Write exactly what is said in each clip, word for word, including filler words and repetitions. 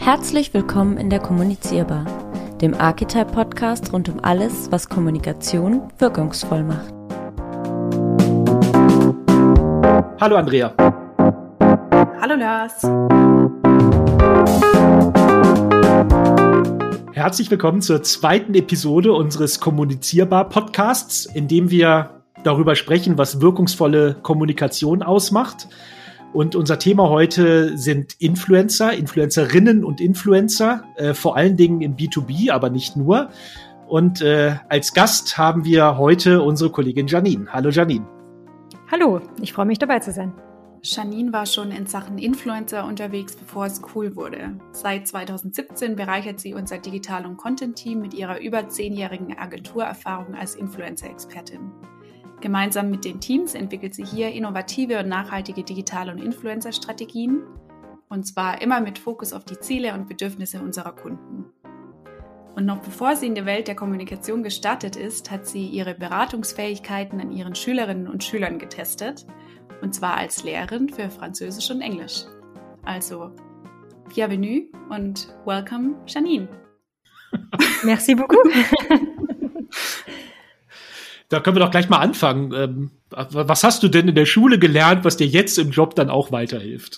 Herzlich willkommen in der Kommunizierbar, dem Archetype-Podcast rund um alles, was Kommunikation wirkungsvoll macht. Hallo Andrea. Hallo Lars. Herzlich willkommen zur zweiten Episode unseres Kommunizierbar-Podcasts, in dem wir darüber sprechen, was wirkungsvolle Kommunikation ausmacht. Und unser Thema heute sind Influencer, Influencerinnen und Influencer, äh, vor allen Dingen im B zwei B, aber nicht nur. Und äh, als Gast haben wir heute unsere Kollegin Janine. Hallo Janine. Hallo, ich freue mich dabei zu sein. Janine war schon in Sachen Influencer unterwegs, bevor es cool wurde. Seit zwanzig siebzehn bereichert sie unser Digital- und Content-Team mit ihrer über zehnjährigen Agenturerfahrung als Influencer-Expertin. Gemeinsam mit den Teams entwickelt sie hier innovative und nachhaltige Digital- und Influencer-Strategien, und zwar immer mit Fokus auf die Ziele und Bedürfnisse unserer Kunden. Und noch bevor sie in die Welt der Kommunikation gestartet ist, hat sie ihre Beratungsfähigkeiten an ihren Schülerinnen und Schülern getestet, und zwar als Lehrerin für Französisch und Englisch. Also, bienvenue und welcome, Janine. Merci beaucoup. Da können wir doch gleich mal anfangen. Ähm, was hast du denn in der Schule gelernt, was dir jetzt im Job dann auch weiterhilft?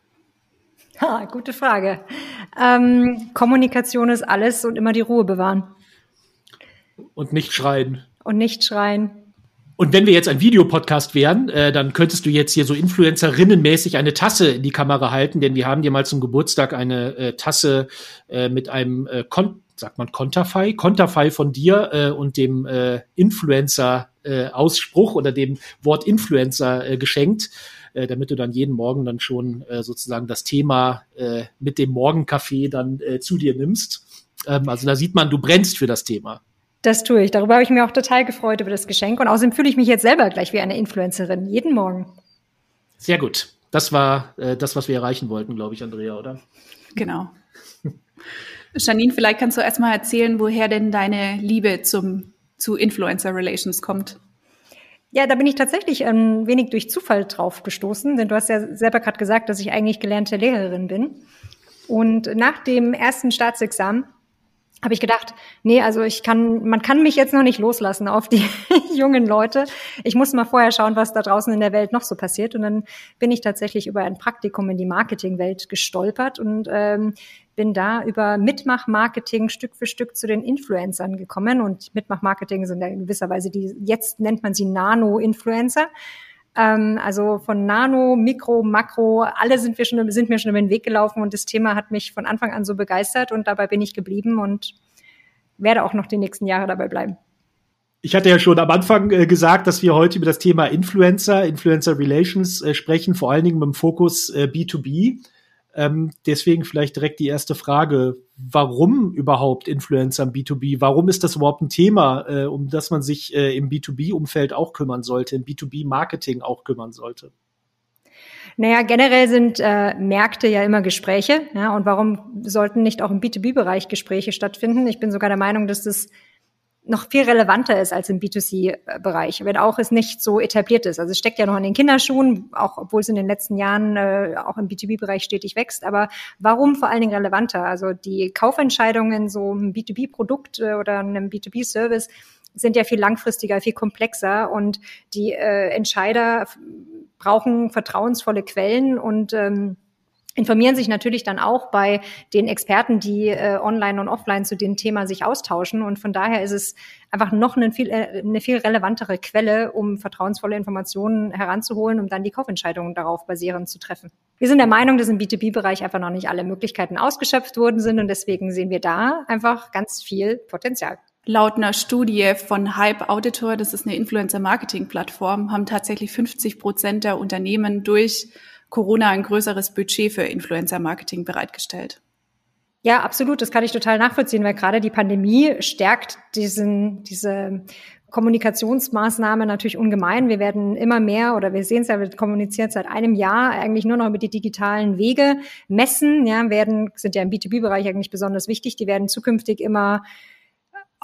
Ha, gute Frage. Ähm, Kommunikation ist alles und immer die Ruhe bewahren. Und nicht schreien. Und nicht schreien. Und wenn wir jetzt ein Videopodcast wären, äh, dann könntest du jetzt hier so Influencerinnenmäßig eine Tasse in die Kamera halten, denn wir haben dir mal zum Geburtstag eine äh, Tasse äh, mit einem äh, Kon- sagt man Konterfei, Konterfei von dir äh, und dem äh, Influencer-Ausspruch äh, oder dem Wort Influencer äh, geschenkt, äh, damit du dann jeden Morgen dann schon äh, sozusagen das Thema äh, mit dem Morgenkaffee dann äh, zu dir nimmst. Ähm, also da sieht man, du brennst für das Thema. Das tue ich. Darüber habe ich mir auch total gefreut über das Geschenk. Und außerdem fühle ich mich jetzt selber gleich wie eine Influencerin, jeden Morgen. Sehr gut. Das war äh, das, was wir erreichen wollten, glaube ich, Andrea, oder? Genau. Janine, vielleicht kannst du erstmal erzählen, woher denn deine Liebe zum, zu Influencer Relations kommt. Ja, da bin ich tatsächlich ein wenig durch Zufall drauf gestoßen, denn du hast ja selber gerade gesagt, dass ich eigentlich gelernte Lehrerin bin. Und nach dem ersten Staatsexamen habe ich gedacht, nee, also ich kann, man kann mich jetzt noch nicht loslassen auf die jungen Leute. Ich muss mal vorher schauen, was da draußen in der Welt noch so passiert. Und dann bin ich tatsächlich über ein Praktikum in die Marketingwelt gestolpert und ähm, bin da über Mitmach-Marketing Stück für Stück zu den Influencern gekommen. Und Mitmach-Marketing sind ja in gewisser Weise die, jetzt nennt man sie Nano-Influencer. Ähm, also von Nano, Mikro, Makro, alle sind wir schon, sind mir schon über den Weg gelaufen und das Thema hat mich von Anfang an so begeistert und dabei bin ich geblieben und werde auch noch die nächsten Jahre dabei bleiben. Ich hatte ja schon am Anfang äh, gesagt, dass wir heute über das Thema Influencer, Influencer Relations äh, sprechen, vor allen Dingen mit dem Fokus äh, B zwei B. Ähm, deswegen vielleicht direkt die erste Frage. Warum überhaupt Influencer im B zwei B? Warum ist das überhaupt ein Thema, äh, um das man sich äh, im B zwei B-Umfeld auch kümmern sollte, im B zwei B-Marketing auch kümmern sollte? Naja, generell sind äh, Märkte ja immer Gespräche. Ja, und warum sollten nicht auch im B zwei B-Bereich Gespräche stattfinden? Ich bin sogar der Meinung, dass das noch viel relevanter ist als im B zwei C-Bereich, wenn auch es nicht so etabliert ist. Also es steckt ja noch in den Kinderschuhen, auch obwohl es in den letzten Jahren äh, auch im B zwei B-Bereich stetig wächst. Aber warum vor allen Dingen relevanter? Also die Kaufentscheidungen so einem B zwei B-Produkt äh, oder einem B zwei B-Service sind ja viel langfristiger, viel komplexer und die äh, Entscheider brauchen vertrauensvolle Quellen und ähm, informieren sich natürlich dann auch bei den Experten, die äh, online und offline zu dem Thema sich austauschen. Und von daher ist es einfach noch eine viel, äh, eine viel relevantere Quelle, um vertrauensvolle Informationen heranzuholen, um dann die Kaufentscheidungen darauf basierend zu treffen. Wir sind der Meinung, dass im B zwei B-Bereich einfach noch nicht alle Möglichkeiten ausgeschöpft worden sind und deswegen sehen wir da einfach ganz viel Potenzial. Laut einer Studie von Hype Auditor, das ist eine Influencer-Marketing-Plattform, haben tatsächlich fünfzig Prozent der Unternehmen durch Corona ein größeres Budget für Influencer-Marketing bereitgestellt. Ja, absolut. Das kann ich total nachvollziehen, weil gerade die Pandemie stärkt diesen, diese Kommunikationsmaßnahme natürlich ungemein. Wir werden immer mehr, oder wir sehen es ja, wir kommunizieren seit einem Jahr eigentlich nur noch über die digitalen Wege. Messen, ja, werden, sind ja im B zwei B-Bereich eigentlich besonders wichtig. Die werden zukünftig immer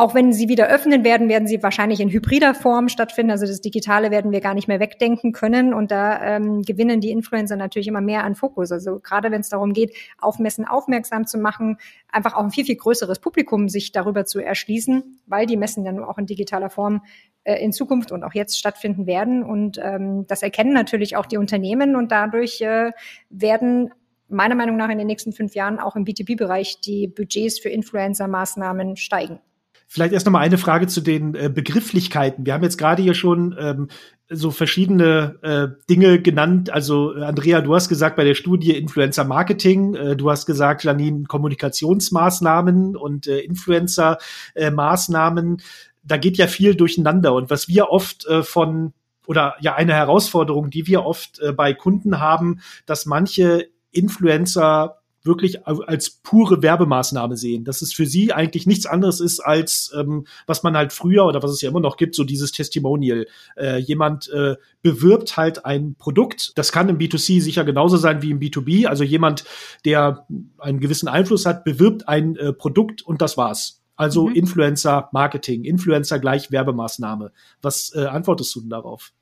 Auch wenn sie wieder öffnen werden, werden sie wahrscheinlich in hybrider Form stattfinden. Also das Digitale werden wir gar nicht mehr wegdenken können. Und da ähm, gewinnen die Influencer natürlich immer mehr an Fokus. Also gerade wenn es darum geht, auf Messen aufmerksam zu machen, einfach auch ein viel, viel größeres Publikum sich darüber zu erschließen, weil die Messen dann auch in digitaler Form äh, in Zukunft und auch jetzt stattfinden werden. Und ähm, das erkennen natürlich auch die Unternehmen und dadurch äh, werden meiner Meinung nach in den nächsten fünf Jahren auch im B zwei B-Bereich die Budgets für Influencer-Maßnahmen steigen. Vielleicht erst noch mal eine Frage zu den äh, Begrifflichkeiten. Wir haben jetzt gerade hier schon ähm, so verschiedene äh, Dinge genannt. Also äh, Andrea, du hast gesagt bei der Studie Influencer Marketing, äh, du hast gesagt, Janine, Kommunikationsmaßnahmen und äh, Influencer äh, Maßnahmen. Da geht ja viel durcheinander. Und was wir oft äh, von oder ja eine Herausforderung, die wir oft äh, bei Kunden haben, dass manche Influencer wirklich als pure Werbemaßnahme sehen, dass es für sie eigentlich nichts anderes ist als ähm, was man halt früher oder was es ja immer noch gibt, so dieses Testimonial. Äh, jemand äh, bewirbt halt ein Produkt. Das kann im B zwei C sicher genauso sein wie im B zwei B. Also jemand, der einen gewissen Einfluss hat, bewirbt ein äh, Produkt und das war's. Also mhm. Influencer Marketing, Influencer gleich Werbemaßnahme. Was äh, antwortest du denn darauf?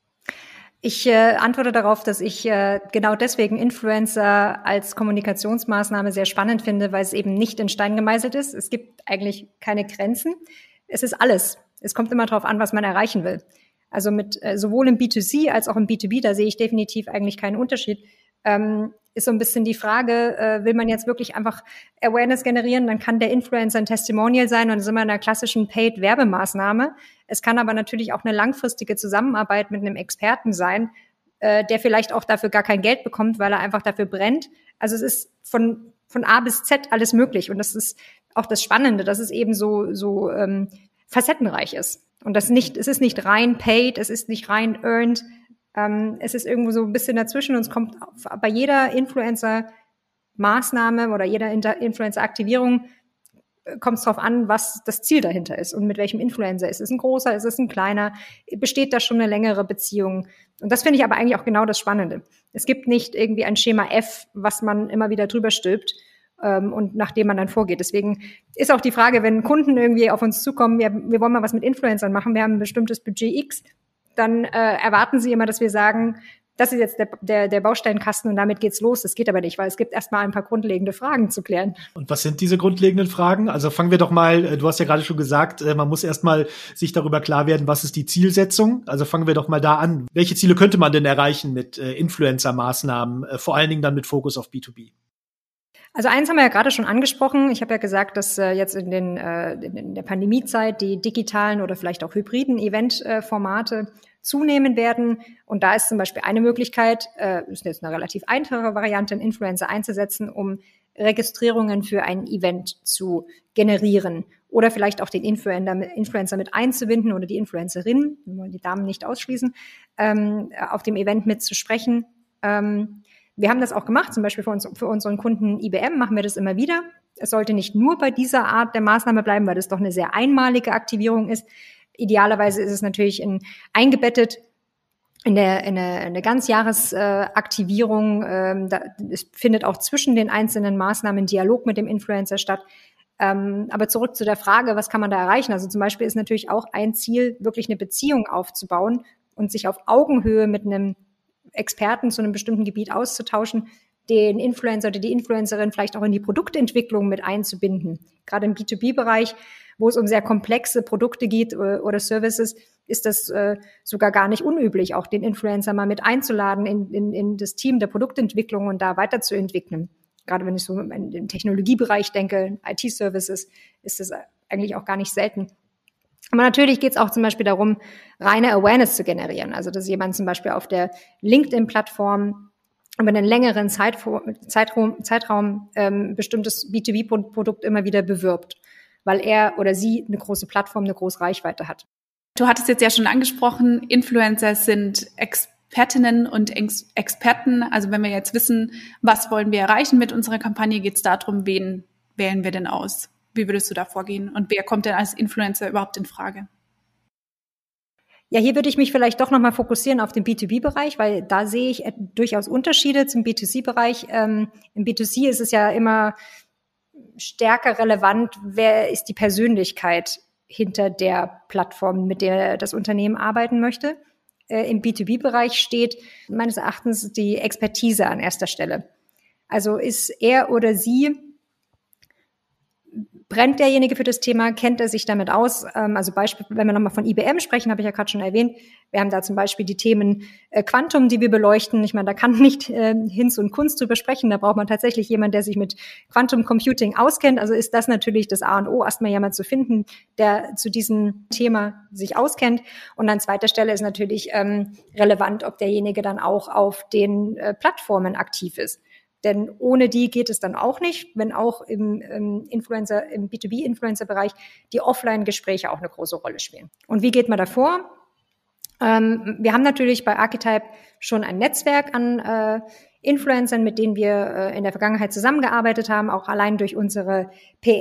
Ich äh, antworte darauf, dass ich äh, genau deswegen Influencer als Kommunikationsmaßnahme sehr spannend finde, weil es eben nicht in Stein gemeißelt ist. Es gibt eigentlich keine Grenzen. Es ist alles. Es kommt immer darauf an, was man erreichen will. Also mit äh, sowohl im B zwei C als auch im B zwei B, da sehe ich definitiv eigentlich keinen Unterschied. Ähm, ist so ein bisschen die Frage, äh, will man jetzt wirklich einfach Awareness generieren, dann kann der Influencer ein Testimonial sein und das ist immer in einer klassischen Paid-Werbemaßnahme. Es kann aber natürlich auch eine langfristige Zusammenarbeit mit einem Experten sein, äh, der vielleicht auch dafür gar kein Geld bekommt, weil er einfach dafür brennt. Also es ist von von A bis Z alles möglich und das ist auch das Spannende, dass es eben so so ähm, facettenreich ist und das nicht, es ist nicht rein paid, es ist nicht rein earned. Ähm, es ist irgendwo so ein bisschen dazwischen und es kommt auf, bei jeder Influencer-Maßnahme oder jeder Influencer-Aktivierung äh, kommt es darauf an, was das Ziel dahinter ist und mit welchem Influencer. Ist es ein großer, ist es ein kleiner? Besteht da schon eine längere Beziehung? Und das finde ich aber eigentlich auch genau das Spannende. Es gibt nicht irgendwie ein Schema F, was man immer wieder drüber stülpt ähm, und nach dem man dann vorgeht. Deswegen ist auch die Frage, wenn Kunden irgendwie auf uns zukommen, wir, wir wollen mal was mit Influencern machen, wir haben ein bestimmtes Budget X, dann äh, erwarten sie immer, dass wir sagen, das ist jetzt der, der, der Bausteinkasten und damit geht's los. Das geht aber nicht, weil es gibt erstmal ein paar grundlegende Fragen zu klären. Und was sind diese grundlegenden Fragen? Also fangen wir doch mal, du hast ja gerade schon gesagt, man muss erstmal sich darüber klar werden, was ist die Zielsetzung? Also fangen wir doch mal da an. Welche Ziele könnte man denn erreichen mit äh, Influencer-Maßnahmen, äh, vor allen Dingen dann mit Fokus auf B zwei B? Also eins haben wir ja gerade schon angesprochen. Ich habe ja gesagt, dass äh, jetzt in, den, äh, in der Pandemiezeit die digitalen oder vielleicht auch hybriden Eventformate äh, zunehmen werden. Und da ist zum Beispiel eine Möglichkeit, äh, ist jetzt eine relativ einfache Variante, einen Influencer einzusetzen, um Registrierungen für ein Event zu generieren. Oder vielleicht auch den Influencer, Influencer mit einzubinden oder die Influencerin, wir wollen die Damen nicht ausschließen, ähm, auf dem Event mitzusprechen. Ähm, Wir haben das auch gemacht, zum Beispiel für, uns, für unseren Kunden I B M machen wir das immer wieder. Es sollte nicht nur bei dieser Art der Maßnahme bleiben, weil das doch eine sehr einmalige Aktivierung ist. Idealerweise ist es natürlich in, eingebettet in, der, in eine, eine Ganzjahresaktivierung. Äh, ähm, da, es findet auch zwischen den einzelnen Maßnahmen Dialog mit dem Influencer statt. Ähm, aber zurück zu der Frage, was kann man da erreichen? Also zum Beispiel ist natürlich auch ein Ziel, wirklich eine Beziehung aufzubauen und sich auf Augenhöhe mit einem Experten zu einem bestimmten Gebiet auszutauschen, den Influencer oder die Influencerin vielleicht auch in die Produktentwicklung mit einzubinden. Gerade im B zwei B-Bereich, wo es um sehr komplexe Produkte geht oder, oder Services, ist das äh, sogar gar nicht unüblich, auch den Influencer mal mit einzuladen in, in, in das Team der Produktentwicklung und da weiterzuentwickeln. Gerade wenn ich so in den Technologiebereich denke, I T-Services, ist das eigentlich auch gar nicht selten. Aber natürlich geht es auch zum Beispiel darum, reine Awareness zu generieren. Also dass jemand zum Beispiel auf der LinkedIn-Plattform über einen längeren Zeitraum, Zeitraum, Zeitraum ähm, bestimmtes B zwei B-Produkt immer wieder bewirbt, weil er oder sie eine große Plattform, eine große Reichweite hat. Du hattest jetzt ja schon angesprochen, Influencer sind Expertinnen und Ex- Experten. Also wenn wir jetzt wissen, was wollen wir erreichen mit unserer Kampagne, geht es darum, wen wählen wir denn aus? Wie würdest du da vorgehen? Und wer kommt denn als Influencer überhaupt in Frage? Ja, hier würde ich mich vielleicht doch nochmal fokussieren auf den B zwei B-Bereich, weil da sehe ich durchaus Unterschiede zum B zwei C-Bereich. Ähm, im B zwei C ist es ja immer stärker relevant, wer ist die Persönlichkeit hinter der Plattform, mit der das Unternehmen arbeiten möchte. Äh, Im B zwei B-Bereich steht meines Erachtens die Expertise an erster Stelle. Also ist er oder sie, brennt derjenige für das Thema, kennt er sich damit aus? Ähm, also Beispiel, wenn wir nochmal von I B M sprechen, habe ich ja gerade schon erwähnt, wir haben da zum Beispiel die Themen äh, Quantum, die wir beleuchten. Ich meine, da kann nicht äh, Hinz und Kunst drüber sprechen, da braucht man tatsächlich jemanden, der sich mit Quantum Computing auskennt. Also ist das natürlich das A und O, erstmal jemand zu finden, der zu diesem Thema sich auskennt. Und an zweiter Stelle ist natürlich ähm, relevant, ob derjenige dann auch auf den äh, Plattformen aktiv ist. Denn ohne die geht es dann auch nicht, wenn auch im, im Influencer, im B zwei B-Influencer-Bereich die Offline-Gespräche auch eine große Rolle spielen. Und wie geht man da vor? Ähm, wir haben natürlich bei Archetype schon ein Netzwerk an äh, Influencern, mit denen wir äh, in der Vergangenheit zusammengearbeitet haben, auch allein durch unsere P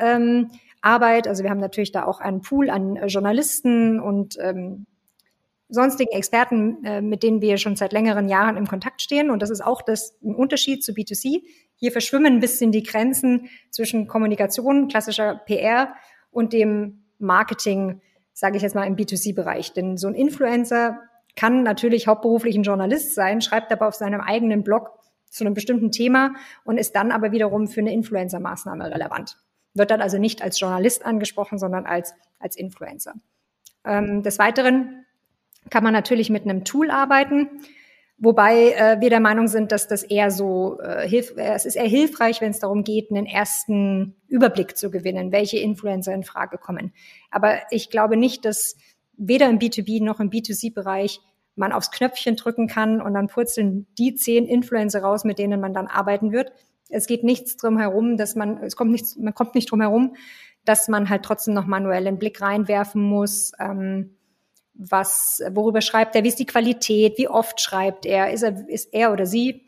R-Arbeit. Ähm, also wir haben natürlich da auch einen Pool an äh, Journalisten und ähm, sonstigen Experten, äh, mit denen wir schon seit längeren Jahren im Kontakt stehen. Und das ist auch das, ein Unterschied zu B zwei C. Hier verschwimmen ein bisschen die Grenzen zwischen Kommunikation, klassischer P R und dem Marketing, sage ich jetzt mal, im B zwei C-Bereich. Denn so ein Influencer kann natürlich hauptberuflich ein Journalist sein, schreibt aber auf seinem eigenen Blog zu einem bestimmten Thema und ist dann aber wiederum für eine Influencer-Maßnahme relevant. Wird dann also nicht als Journalist angesprochen, sondern als, als Influencer. Ähm, des Weiteren kann man natürlich mit einem Tool arbeiten, wobei äh, wir der Meinung sind, dass das eher so äh, hilf, äh, es ist eher hilfreich, wenn es darum geht, einen ersten Überblick zu gewinnen, welche Influencer in Frage kommen. Aber ich glaube nicht, dass weder im B zwei B noch im B zwei C-Bereich man aufs Knöpfchen drücken kann und dann purzeln die zehn Influencer raus, mit denen man dann arbeiten wird. Es geht nichts drum herum, dass man, es kommt nichts, man kommt nicht drum herum, dass man halt trotzdem noch manuell einen Blick reinwerfen muss. Ähm, Was, worüber schreibt er, wie ist die Qualität, wie oft schreibt er, ist er, ist er oder sie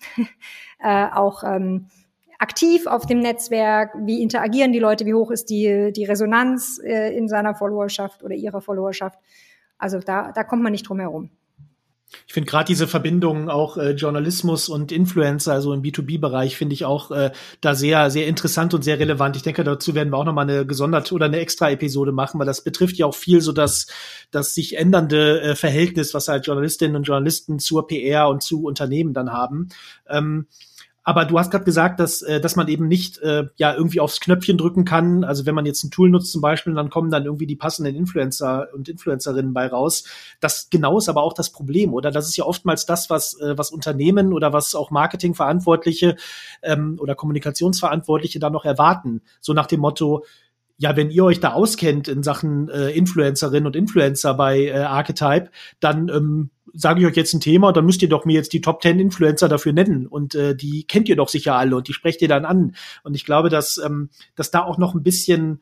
äh, auch ähm, aktiv auf dem Netzwerk, wie interagieren die Leute, wie hoch ist die, die Resonanz äh, in seiner Followerschaft oder ihrer Followerschaft. Also da, da kommt man nicht drum herum. Ich finde gerade diese Verbindung auch äh, Journalismus und Influencer, also im B zwei B-Bereich, finde ich auch äh, da sehr, sehr interessant und sehr relevant. Ich denke, dazu werden wir auch nochmal eine gesonderte oder eine extra Episode machen, weil das betrifft ja auch viel so das, das sich ändernde äh, Verhältnis, was halt Journalistinnen und Journalisten zur P R und zu Unternehmen dann haben. Ähm, Aber du hast gerade gesagt, dass äh, dass man eben nicht äh, ja irgendwie aufs Knöpfchen drücken kann. Also wenn man jetzt ein Tool nutzt zum Beispiel, dann kommen dann irgendwie die passenden Influencer und Influencerinnen bei raus. Das genau ist aber auch das Problem, oder? Das ist ja oftmals das, was äh, was Unternehmen oder was auch Marketingverantwortliche ähm, oder Kommunikationsverantwortliche dann noch erwarten. So nach dem Motto: Ja, wenn ihr euch da auskennt in Sachen äh, Influencerinnen und Influencer bei äh, Archetype, dann ähm, sage ich euch jetzt ein Thema, dann müsst ihr doch mir jetzt die Top zehn Influencer dafür nennen und äh, die kennt ihr doch sicher alle und die sprecht ihr dann an. Und ich glaube, dass ähm, dass da auch noch ein bisschen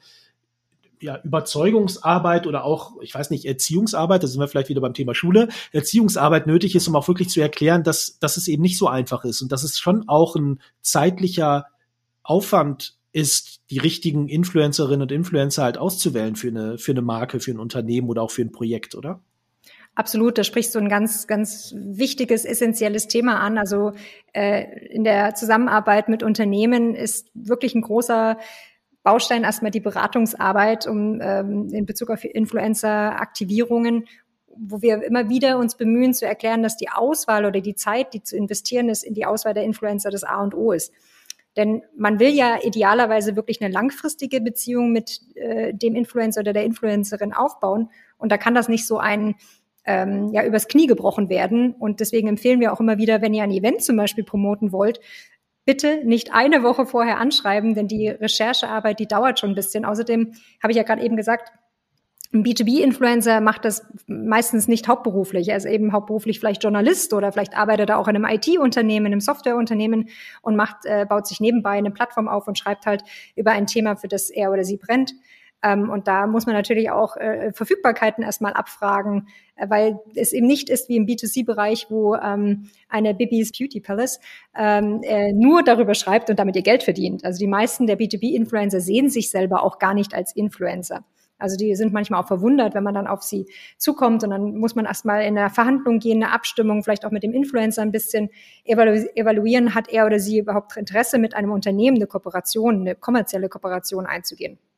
ja Überzeugungsarbeit oder auch, ich weiß nicht, Erziehungsarbeit, da sind wir vielleicht wieder beim Thema Schule, Erziehungsarbeit nötig ist, um auch wirklich zu erklären, dass dass es eben nicht so einfach ist und dass es schon auch ein zeitlicher Aufwand ist, die richtigen Influencerinnen und Influencer halt auszuwählen für eine für eine Marke, für ein Unternehmen oder auch für ein Projekt, oder? Absolut, da sprichst du ein ganz, ganz wichtiges, essentielles Thema an. Also äh, in der Zusammenarbeit mit Unternehmen ist wirklich ein großer Baustein erstmal die Beratungsarbeit um ähm, in Bezug auf Influencer-Aktivierungen, wo wir immer wieder uns bemühen zu erklären, dass die Auswahl oder die Zeit, die zu investieren ist, in die Auswahl der Influencer das A und O ist. Denn man will ja idealerweise wirklich eine langfristige Beziehung mit äh, dem Influencer oder der Influencerin aufbauen. Und da kann das nicht so ein ähm, ja übers Knie gebrochen werden. Und deswegen empfehlen wir auch immer wieder, wenn ihr ein Event zum Beispiel promoten wollt, bitte nicht eine Woche vorher anschreiben, denn die Recherchearbeit, die dauert schon ein bisschen. Außerdem habe ich ja gerade eben gesagt, ein B zwei B-Influencer macht das meistens nicht hauptberuflich. Er ist eben hauptberuflich vielleicht Journalist oder vielleicht arbeitet er auch in einem I T-Unternehmen, in einem Softwareunternehmen und macht, äh, baut sich nebenbei eine Plattform auf und schreibt halt über ein Thema, für das er oder sie brennt. Ähm, und da muss man natürlich auch äh, Verfügbarkeiten erstmal abfragen, äh, weil es eben nicht ist wie im B zwei C-Bereich, wo ähm, eine Bibis Beauty Palace ähm, äh, nur darüber schreibt und damit ihr Geld verdient. Also die meisten der B zwei B-Influencer sehen sich selber auch gar nicht als Influencer. Also die sind manchmal auch verwundert, wenn man dann auf sie zukommt und dann muss man erstmal in eine Verhandlung gehen, eine Abstimmung, vielleicht auch mit dem Influencer ein bisschen evalu- evaluieren, hat er oder sie überhaupt Interesse, mit einem Unternehmen eine Kooperation, eine kommerzielle Kooperation einzugehen.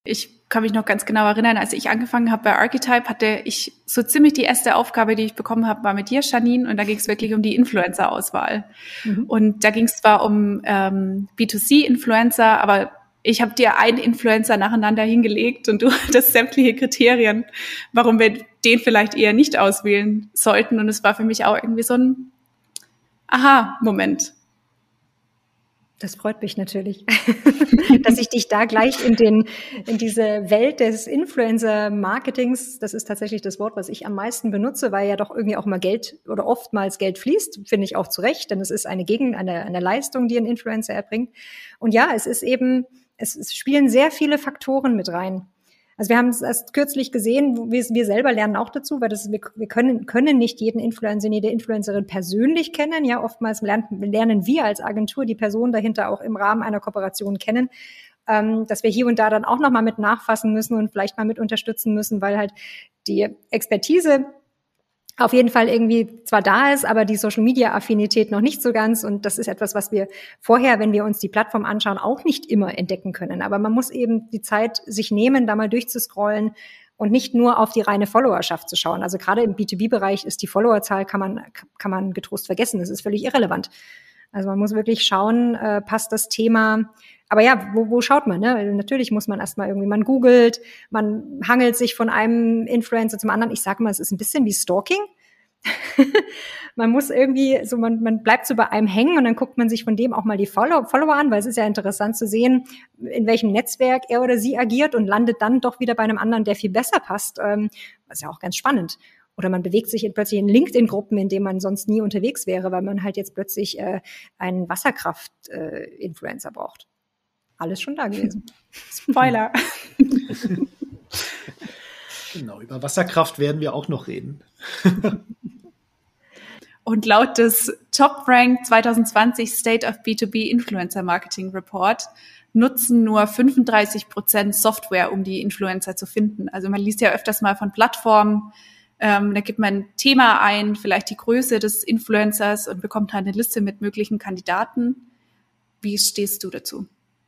Ich kann mich noch ganz genau erinnern, als ich angefangen habe bei Archetype, hatte ich so ziemlich die erste Aufgabe, die ich bekommen habe, war mit dir, Janine, und da ging es wirklich um die Influencer-Auswahl. Mhm. Und da ging es zwar um ähm, B zwei C-Influencer, aber ich habe dir einen Influencer nacheinander hingelegt und du hattest sämtliche Kriterien, warum wir den vielleicht eher nicht auswählen sollten. Und es war für mich auch irgendwie so ein Aha-Moment. Das freut mich natürlich, dass ich dich da gleich in den, in diese Welt des Influencer-Marketings, das ist tatsächlich das Wort, was ich am meisten benutze, weil ja doch irgendwie auch mal Geld oder oftmals Geld fließt, finde ich auch zu Recht, denn es ist eine Gegen, eine, eine Leistung, die ein Influencer erbringt. Und ja, es ist eben, es, es spielen sehr viele Faktoren mit rein. Also wir haben es erst kürzlich gesehen, wir, wir selber lernen auch dazu, weil das, wir, wir können, können nicht jeden Influencer, jede Influencerin persönlich kennen. Ja, oftmals lernen, lernen wir als Agentur die Person dahinter auch im Rahmen einer Kooperation kennen, ähm, dass wir hier und da dann auch nochmal mit nachfassen müssen und vielleicht mal mit unterstützen müssen, weil halt die Expertise auf jeden Fall irgendwie zwar da ist, aber die Social-Media-Affinität noch nicht so ganz. Und das ist etwas, was wir vorher, wenn wir uns die Plattform anschauen, auch nicht immer entdecken können. Aber man muss eben die Zeit sich nehmen, da mal durchzuscrollen und nicht nur auf die reine Followerschaft zu schauen. Also gerade im B zwei B-Bereich ist die Followerzahl, kann man, kann man getrost vergessen. Das ist völlig irrelevant. Also man muss wirklich schauen, äh, passt das Thema. Aber ja, wo, wo schaut man? Ne? Natürlich muss man erstmal irgendwie, man googelt, man hangelt sich von einem Influencer zum anderen. Ich sage mal, es ist ein bisschen wie Stalking. Man muss irgendwie, so man, man bleibt so bei einem hängen und dann guckt man sich von dem auch mal die Follow, Follower an, weil es ist ja interessant zu sehen, in welchem Netzwerk er oder sie agiert und landet dann doch wieder bei einem anderen, der viel besser passt. Ähm, das ist ja auch ganz spannend. Oder man bewegt sich in, plötzlich in LinkedIn-Gruppen, in denen man sonst nie unterwegs wäre, weil man halt jetzt plötzlich äh, einen Wasserkraft-Influencer äh, braucht. Alles schon da gewesen. Spoiler. Genau, über Wasserkraft werden wir auch noch reden. Und laut des Top-Rank zwanzig zwanzig State of B zwei B Influencer Marketing Report nutzen nur fünfunddreißig Prozent Software, um die Influencer zu finden. Also man liest ja öfters mal von Plattformen, ähm, da gibt man ein Thema ein, vielleicht die Größe des Influencers und bekommt halt eine Liste mit möglichen Kandidaten. Wie stehst du dazu?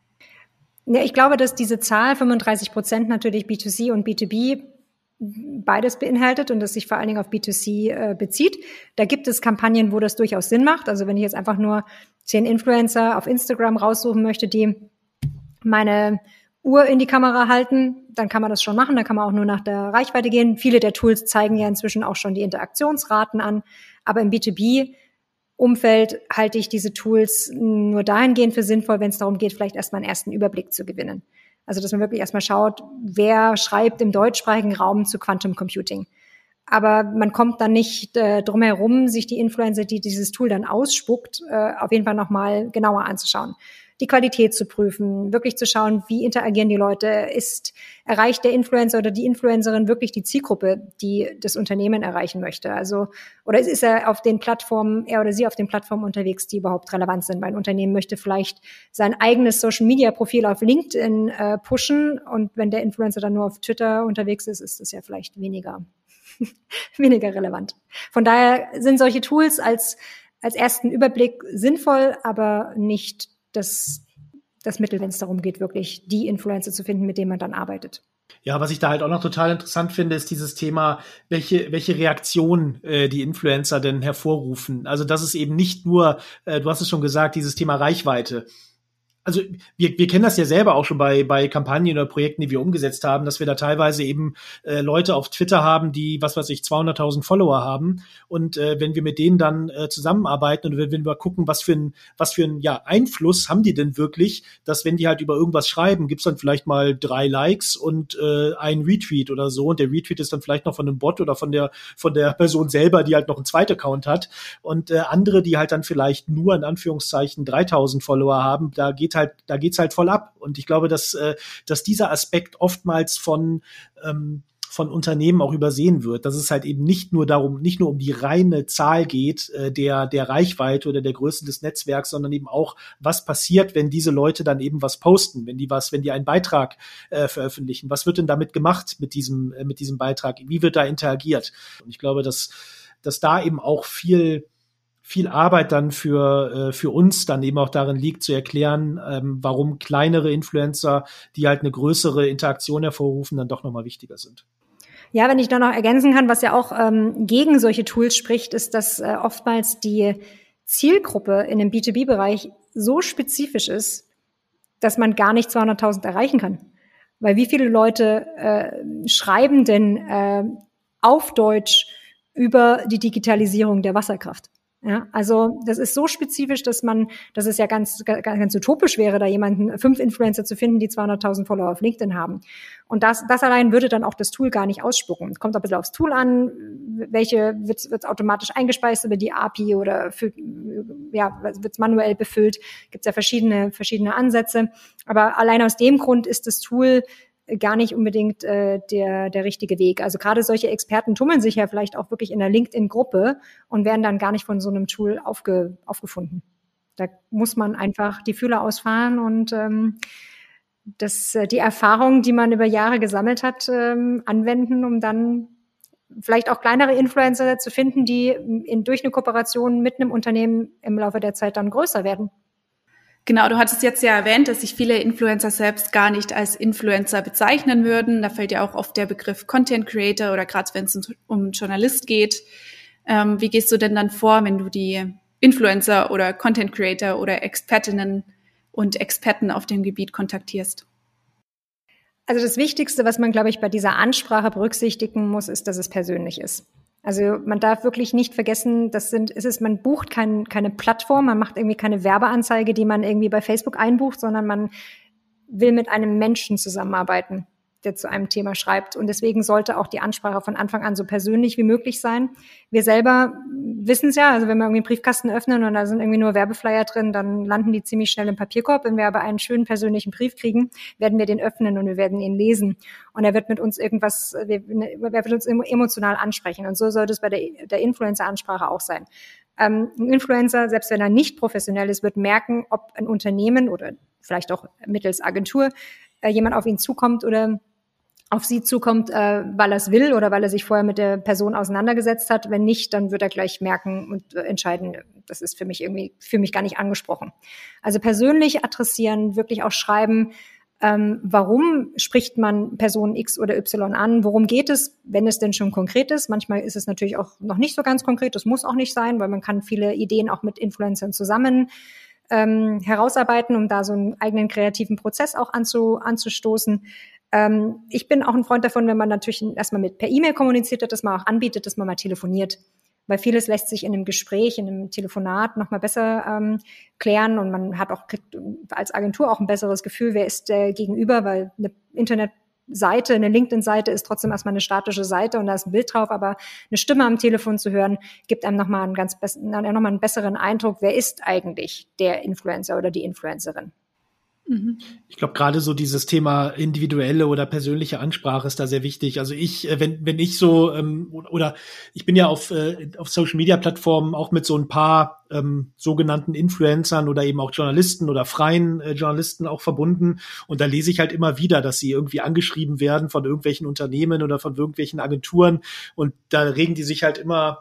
Ja, ich glaube, dass diese Zahl fünfunddreißig Prozent natürlich B zwei C und B zwei B beides beinhaltet und das sich vor allen Dingen auf B zwei C äh, bezieht. Da gibt es Kampagnen, wo das durchaus Sinn macht. Also wenn ich jetzt einfach nur zehn Influencer auf Instagram raussuchen möchte, die meine Uhr in die Kamera halten, dann kann man das schon machen. Dann kann man auch nur nach der Reichweite gehen. Viele der Tools zeigen ja inzwischen auch schon die Interaktionsraten an. Aber im B zwei B Umfeld halte ich diese Tools nur dahingehend für sinnvoll, wenn es darum geht, vielleicht erstmal einen ersten Überblick zu gewinnen. Also, dass man wirklich erstmal schaut, wer schreibt im deutschsprachigen Raum zu Quantum Computing. Aber man kommt dann nicht äh, drum herum, sich die Influencer, die dieses Tool dann ausspuckt, äh, auf jeden Fall nochmal genauer anzuschauen. Die Qualität zu prüfen, wirklich zu schauen, wie interagieren die Leute, ist, erreicht der Influencer oder die Influencerin wirklich die Zielgruppe, die das Unternehmen erreichen möchte? Also, oder ist er auf den Plattformen, er oder sie auf den Plattformen unterwegs, die überhaupt relevant sind? Mein Unternehmen möchte vielleicht sein eigenes Social-Media-Profil auf LinkedIn äh, pushen und wenn der Influencer dann nur auf Twitter unterwegs ist, ist das ja vielleicht weniger, weniger relevant. Von daher sind solche Tools als, als ersten Überblick sinnvoll, aber nicht das, das Mittel, wenn es darum geht, wirklich die Influencer zu finden, mit denen man dann arbeitet. Ja, was ich da halt auch noch total interessant finde, ist dieses Thema, welche welche Reaktion äh, die Influencer denn hervorrufen. Also das ist eben nicht nur, äh, du hast es schon gesagt, dieses Thema Reichweite. Also wir, wir kennen das ja selber auch schon bei bei Kampagnen oder Projekten, die wir umgesetzt haben, dass wir da teilweise eben äh, Leute auf Twitter haben, die, was weiß ich, zweihunderttausend Follower haben. Und äh, wenn wir mit denen dann äh, zusammenarbeiten und wenn wir mal gucken, was für ein was für ein ja Einfluss haben die denn wirklich, dass wenn die halt über irgendwas schreiben, gibt's dann vielleicht mal drei Likes und äh, ein Retweet oder so. Und der Retweet ist dann vielleicht noch von einem Bot oder von der von der Person selber, die halt noch einen zweiten Account hat. Und äh, andere, die halt dann vielleicht nur in Anführungszeichen dreitausend Follower haben, da geht halt, da geht's halt voll ab. Und ich glaube, dass, äh, dass dieser Aspekt oftmals von, ähm, von Unternehmen auch übersehen wird, dass es halt eben nicht nur darum, nicht nur um die reine Zahl geht, äh, der, der Reichweite oder der Größe des Netzwerks, sondern eben auch, was passiert, wenn diese Leute dann eben was posten, wenn die was, wenn die einen Beitrag äh, veröffentlichen. Was wird denn damit gemacht mit diesem, äh, mit diesem Beitrag? Wie wird da interagiert? Und ich glaube, dass, dass da eben auch viel, viel Arbeit dann für äh, für uns dann eben auch darin liegt, zu erklären, ähm, warum kleinere Influencer, die halt eine größere Interaktion hervorrufen, dann doch nochmal wichtiger sind. Ja, wenn ich da noch ergänzen kann, was ja auch ähm, gegen solche Tools spricht, ist, dass äh, oftmals die Zielgruppe in dem B zwei B-Bereich so spezifisch ist, dass man gar nicht zweihunderttausend erreichen kann. Weil wie viele Leute äh, schreiben denn äh, auf Deutsch über die Digitalisierung der Wasserkraft? Ja, also das ist so spezifisch, dass man, dass es ja ganz, ganz, ganz utopisch wäre, da jemanden, fünf Influencer zu finden, die zweihunderttausend Follower auf LinkedIn haben. Und das, das allein würde dann auch das Tool gar nicht ausspucken. Es kommt ein bisschen aufs Tool an, welche wird es automatisch eingespeist über die A P I oder für, ja, wird es manuell befüllt. Gibt es ja verschiedene, verschiedene Ansätze. Aber allein aus dem Grund ist das Tool gar nicht unbedingt äh, der der richtige Weg. Also gerade solche Experten tummeln sich ja vielleicht auch wirklich in der LinkedIn-Gruppe und werden dann gar nicht von so einem Tool aufge, aufgefunden. Da muss man einfach die Fühler ausfahren und ähm, das, die Erfahrung, die man über Jahre gesammelt hat, ähm, anwenden, um dann vielleicht auch kleinere Influencer zu finden, die in, durch eine Kooperation mit einem Unternehmen im Laufe der Zeit dann größer werden. Genau, du hattest jetzt ja erwähnt, dass sich viele Influencer selbst gar nicht als Influencer bezeichnen würden. Da fällt ja auch oft der Begriff Content Creator oder gerade wenn es um Journalist geht. Ähm, wie gehst du denn dann vor, wenn du die Influencer oder Content Creator oder Expertinnen und Experten auf dem Gebiet kontaktierst? Also das Wichtigste, was man, glaube ich, bei dieser Ansprache berücksichtigen muss, ist, dass es persönlich ist. Also man darf wirklich nicht vergessen, das sind, es ist, man bucht kein, keine Plattform, man macht irgendwie keine Werbeanzeige, die man irgendwie bei Facebook einbucht, sondern man will mit einem Menschen zusammenarbeiten, der zu einem Thema schreibt. Und deswegen sollte auch die Ansprache von Anfang an so persönlich wie möglich sein. Wir selber wissen es ja, also wenn wir irgendwie einen Briefkasten öffnen und da sind irgendwie nur Werbeflyer drin, dann landen die ziemlich schnell im Papierkorb. Wenn wir aber einen schönen persönlichen Brief kriegen, werden wir den öffnen und wir werden ihn lesen. Und er wird mit uns irgendwas, er wird uns emotional ansprechen. Und so sollte es bei der, der Influencer-Ansprache auch sein. Ähm, ein Influencer, selbst wenn er nicht professionell ist, wird merken, ob ein Unternehmen oder vielleicht auch mittels Agentur äh, jemand auf ihn zukommt oder auf sie zukommt, äh, weil er es will oder weil er sich vorher mit der Person auseinandergesetzt hat. Wenn nicht, dann wird er gleich merken und äh, entscheiden, das ist für mich irgendwie, für mich gar nicht angesprochen. Also persönlich adressieren, wirklich auch schreiben, ähm, warum spricht man Person X oder Y an, worum geht es, wenn es denn schon konkret ist. Manchmal ist es natürlich auch noch nicht so ganz konkret, das muss auch nicht sein, weil man kann viele Ideen auch mit Influencern zusammen ähm, herausarbeiten, um da so einen eigenen kreativen Prozess auch anzu, anzustoßen. Ähm, ich bin auch ein Freund davon, wenn man natürlich erstmal mit per E-Mail kommuniziert hat, dass man auch anbietet, dass man mal telefoniert. Weil vieles lässt sich in einem Gespräch, in einem Telefonat noch mal besser ähm, klären und man hat auch kriegt als Agentur auch ein besseres Gefühl, wer ist der Gegenüber, weil eine Internetseite, eine LinkedIn-Seite ist trotzdem erstmal eine statische Seite und da ist ein Bild drauf, aber eine Stimme am Telefon zu hören, gibt einem nochmal einen ganz bess- noch mal einen besseren Eindruck, wer ist eigentlich der Influencer oder die Influencerin. Ich glaube, gerade so dieses Thema individuelle oder persönliche Ansprache ist da sehr wichtig. Also ich, wenn wenn ich so ähm, oder ich bin ja auf äh, auf Social Media Plattformen auch mit so ein paar ähm, sogenannten Influencern oder eben auch Journalisten oder freien äh, Journalisten auch verbunden und da lese ich halt immer wieder, dass sie irgendwie angeschrieben werden von irgendwelchen Unternehmen oder von irgendwelchen Agenturen und da regen die sich halt immer